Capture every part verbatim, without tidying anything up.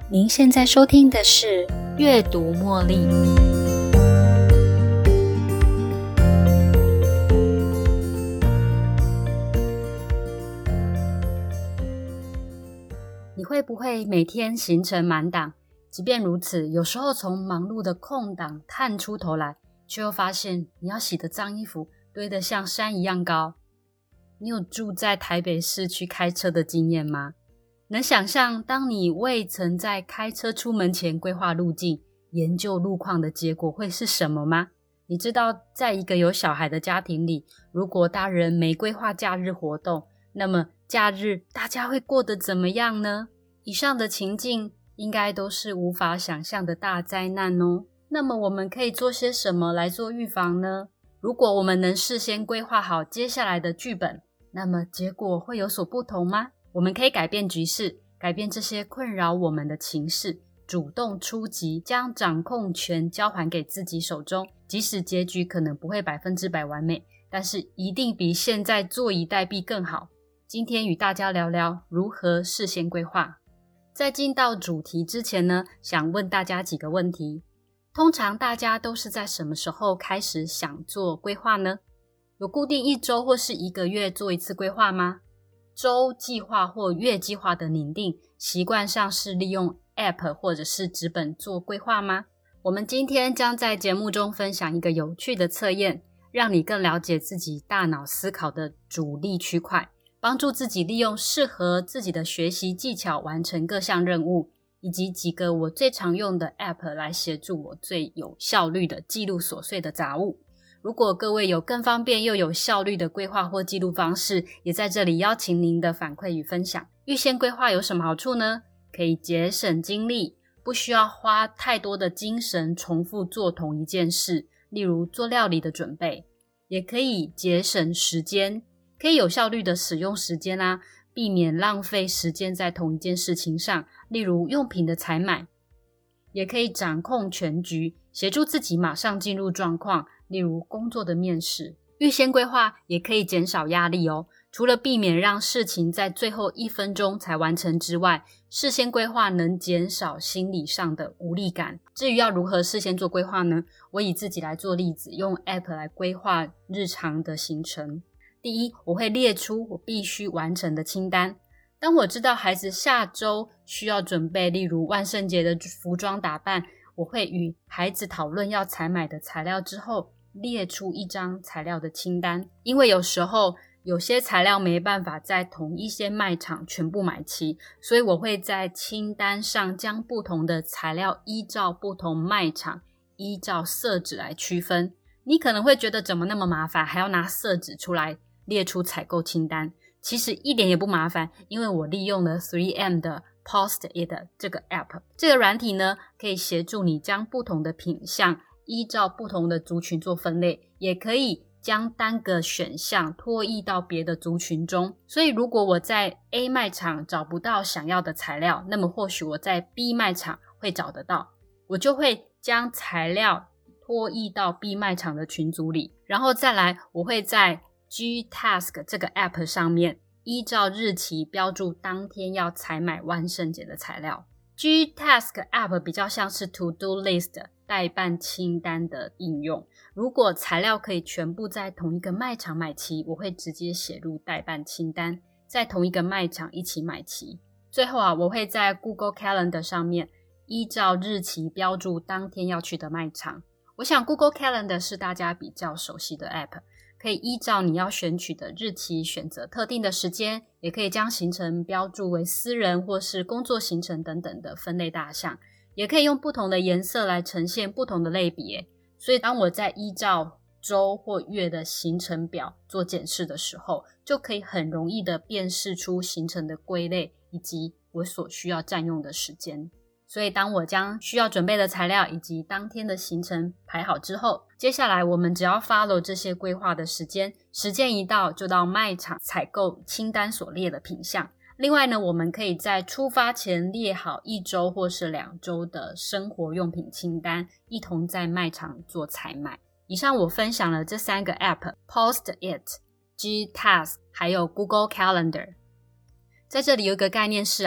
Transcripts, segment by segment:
您现在收听的是阅读茉莉。你会不会每天行程满档？即便如此，有时候从忙碌的空档探出头来，却又发现你要洗的脏衣服堆得像山一样高。你有住在台北市区开车的经验吗？能想象当你未曾在开车出门前规划路径、研究路况的结果会是什么吗？你知道在一个有小孩的家庭里，如果大人没规划假日活动，那么假日大家会过得怎么样呢？以上的情境应该都是无法想象的大灾难哦。那么我们可以做些什么来做预防呢？如果我们能事先规划好接下来的剧本，那么结果会有所不同吗？我们可以改变局势，改变这些困扰我们的情势，主动出击，将掌控权交还给自己手中。即使结局可能不会百分之百完美，但是一定比现在坐以待毙更好。今天与大家聊聊如何事先规划。在进到主题之前呢，想问大家几个问题。通常大家都是在什么时候开始想做规划呢？有固定一周或是一个月做一次规划吗？周计划或月计划的拟定，习惯上是利用 App 或者是纸本做规划吗？我们今天将在节目中分享一个有趣的测验，让你更了解自己大脑思考的主力区块，帮助自己利用适合自己的学习技巧完成各项任务，以及几个我最常用的 App 来协助我最有效率的记录琐碎的杂物。如果各位有更方便又有效率的规划或记录方式，也在这里邀请您的反馈与分享。预先规划有什么好处呢？可以节省精力，不需要花太多的精神重复做同一件事，例如做料理的准备。也可以节省时间，可以有效率的使用时间啊，避免浪费时间在同一件事情上，例如用品的采买。也可以掌控全局，协助自己马上进入状况，例如工作的面试。预先规划也可以减少压力哦，除了避免让事情在最后一分钟才完成之外，事先规划能减少心理上的无力感。至于要如何事先做规划呢？我以自己来做例子，用 App 来规划日常的行程。第一，我会列出我必须完成的清单。当我知道孩子下周需要准备例如万圣节的服装打扮，我会与孩子讨论要采买的材料之后，列出一张材料的清单。因为有时候有些材料没办法在同一些卖场全部买齐，所以我会在清单上将不同的材料依照不同卖场，依照色纸来区分。你可能会觉得怎么那么麻烦，还要拿色纸出来列出采购清单。其实一点也不麻烦，因为我利用了 three M 的 Post-it 这个 App。 这个软体呢，可以协助你将不同的品项依照不同的族群做分类，也可以将单个选项拖移到别的族群中。所以如果我在 A 卖场找不到想要的材料，那么或许我在 B 卖场会找得到，我就会将材料拖移到 B 卖场的群组里。然后再来，我会在G-Task 这个 App 上面依照日期标注当天要采买万圣节的材料。G-Task App 比较像是 To-Do List 待办清单的应用。如果材料可以全部在同一个卖场买齐，我会直接写入待办清单，在同一个卖场一起买齐。最后啊，我会在 Google Calendar 上面依照日期标注当天要去的卖场。我想 Google Calendar 是大家比较熟悉的 App，可以依照你要选取的日期选择特定的时间，也可以将行程标注为私人或是工作行程等等的分类大项，也可以用不同的颜色来呈现不同的类别。所以当我在依照周或月的行程表做检视的时候，就可以很容易的辨识出行程的归类以及我所需要占用的时间。所以当我将需要准备的材料以及当天的行程排好之后，接下来我们只要 follow 这些规划的时间，时间一到就到卖场采购清单所列的品项。另外呢，我们可以在出发前列好一周或是两周的生活用品清单，一同在卖场做采买。以上我分享了这三个 App Post-it、G-Task 还有 Google Calendar。在这里有一个概念是啊，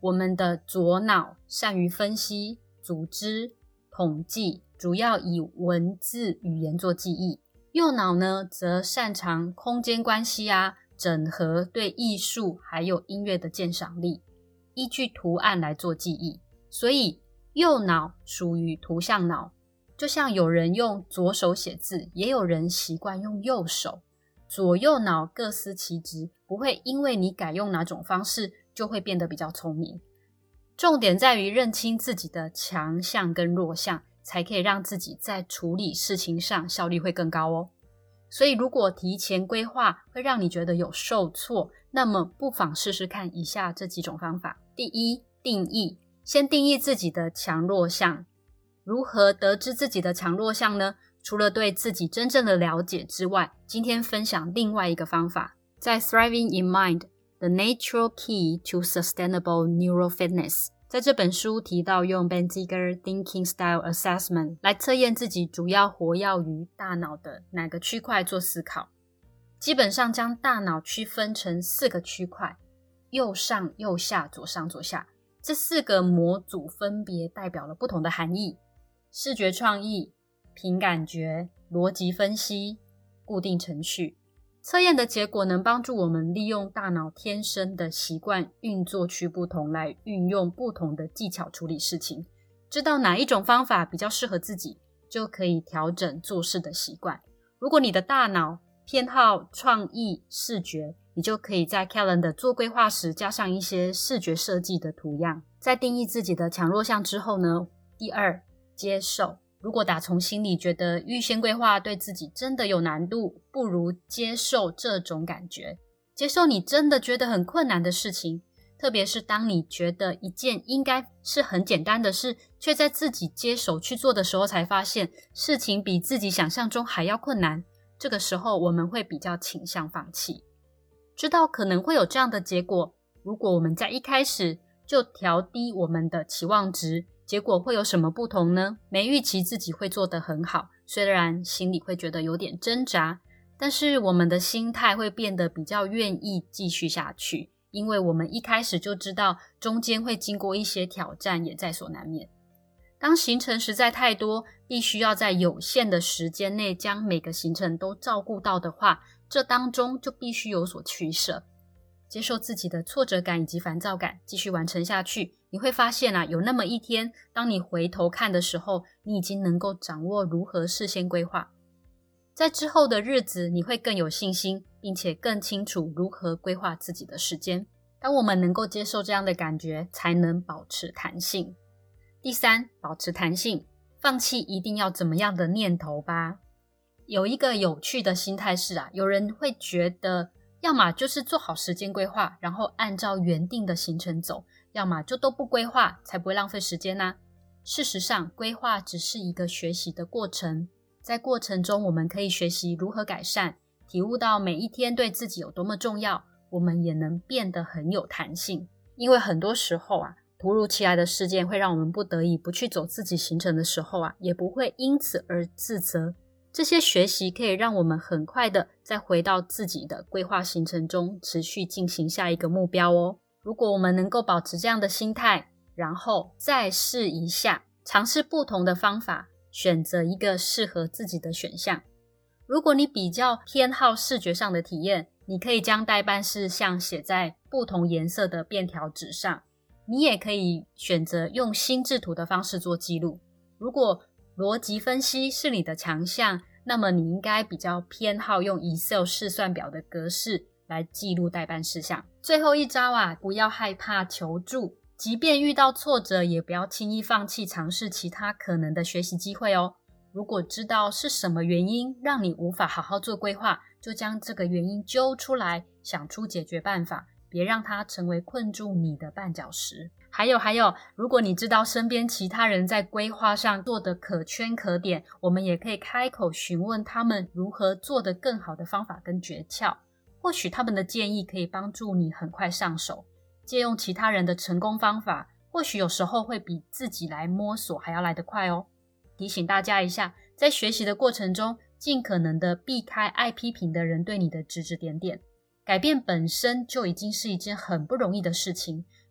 我们的左脑善于分析、组织、统计，主要以文字语言做记忆。右脑呢，则擅长空间关系啊、整合对艺术还有音乐的鉴赏力，依据图案来做记忆。所以右脑属于图像脑，就像有人用左手写字，也有人习惯用右手。左右脑各司其职，不会因为你改用哪种方式就会变得比较聪明。重点在于认清自己的强项跟弱项，才可以让自己在处理事情上效率会更高哦。所以如果提前规划会让你觉得有受挫，那么不妨试试看以下这几种方法。第一，定义。先定义自己的强弱项。如何得知自己的强弱项呢？除了对自己真正的了解之外，今天分享另外一个方法。在 Thriving in Mind, The Natural Key to Sustainable Neural Fitness 在这本书提到用 Benziger Thinking Style Assessment 来测验自己主要活跃于大脑的哪个区块做思考。基本上将大脑区分成四个区块，右上、右下、左上、左下。这四个模组分别代表了不同的含义：视觉创意、凭感觉、逻辑分析、固定程序。测验的结果能帮助我们利用大脑天生的习惯运作区不同，来运用不同的技巧处理事情。知道哪一种方法比较适合自己，就可以调整做事的习惯。如果你的大脑偏好创意、视觉，你就可以在 Calendar 做规划时加上一些视觉设计的图样。在定义自己的强弱项之后呢，第二，接受。如果打从心里觉得预先规划对自己真的有难度，不如接受这种感觉。接受你真的觉得很困难的事情，特别是当你觉得一件应该是很简单的事，却在自己接手去做的时候才发现事情比自己想象中还要困难。这个时候我们会比较倾向放弃。知道可能会有这样的结果，如果我们在一开始就调低我们的期望值，结果会有什么不同呢？没预期自己会做得很好，虽然心里会觉得有点挣扎，但是我们的心态会变得比较愿意继续下去，因为我们一开始就知道中间会经过一些挑战，也在所难免。当行程实在太多，必须要在有限的时间内将每个行程都照顾到的话，这当中就必须有所取舍。接受自己的挫折感以及烦躁感，继续完成下去。你会发现啊，有那么一天，当你回头看的时候，你已经能够掌握如何事先规划。在之后的日子，你会更有信心，并且更清楚如何规划自己的时间。当我们能够接受这样的感觉，才能保持弹性。第三，保持弹性，放弃一定要怎么样的念头吧。有一个有趣的心态是啊，有人会觉得要么就是做好时间规划，然后按照原定的行程走，要么就都不规划，才不会浪费时间啊。事实上，规划只是一个学习的过程，在过程中我们可以学习如何改善，体悟到每一天对自己有多么重要，我们也能变得很有弹性。因为很多时候啊，突如其来的事件会让我们不得已不去走自己行程的时候啊，也不会因此而自责。这些学习可以让我们很快的再回到自己的规划行程中，持续进行下一个目标哦。如果我们能够保持这样的心态，然后再试一下，尝试不同的方法，选择一个适合自己的选项。如果你比较偏好视觉上的体验，你可以将待办事项写在不同颜色的便条纸上，你也可以选择用心智图的方式做记录。如果逻辑分析是你的强项，那么你应该比较偏好用 Excel 试算表的格式来记录待办事项。最后一招啊，不要害怕求助，即便遇到挫折，也不要轻易放弃尝试其他可能的学习机会哦。如果知道是什么原因让你无法好好做规划，就将这个原因揪出来，想出解决办法，别让它成为困住你的绊脚石。还有还有，如果你知道身边其他人在规划上做得可圈可点，我们也可以开口询问他们如何做得更好的方法跟诀窍，或许他们的建议可以帮助你很快上手。借用其他人的成功方法，或许有时候会比自己来摸索还要来得快哦。提醒大家一下，在学习的过程中，尽可能的避开爱批评的人对你的指指点点。改变本身就已经是一件很不容易的事情，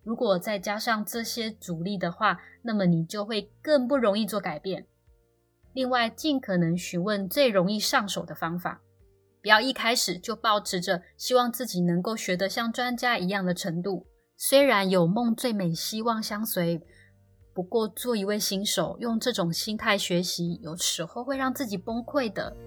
如果再加上这些阻力的话，那么你就会更不容易做改变。另外，尽可能询问最容易上手的方法，不要一开始就抱持着希望自己能够学得像专家一样的程度。虽然有梦最美，希望相随，不过做一位新手，用这种心态学习，有时候会让自己崩溃的。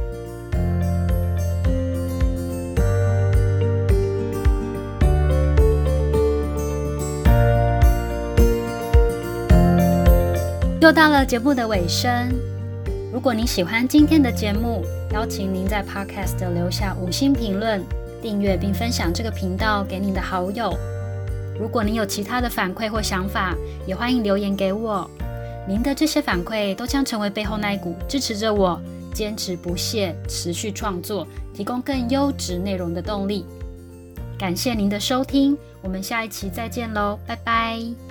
又到了节目的尾声，如果你喜欢今天的节目，邀请您在 Podcast 留下五星评论，订阅并分享这个频道给您的好友。如果您有其他的反馈或想法，也欢迎留言给我。您的这些反馈都将成为背后那一股支持着我坚持不懈、持续创作、提供更优质内容的动力。感谢您的收听，我们下一期再见喽，拜拜。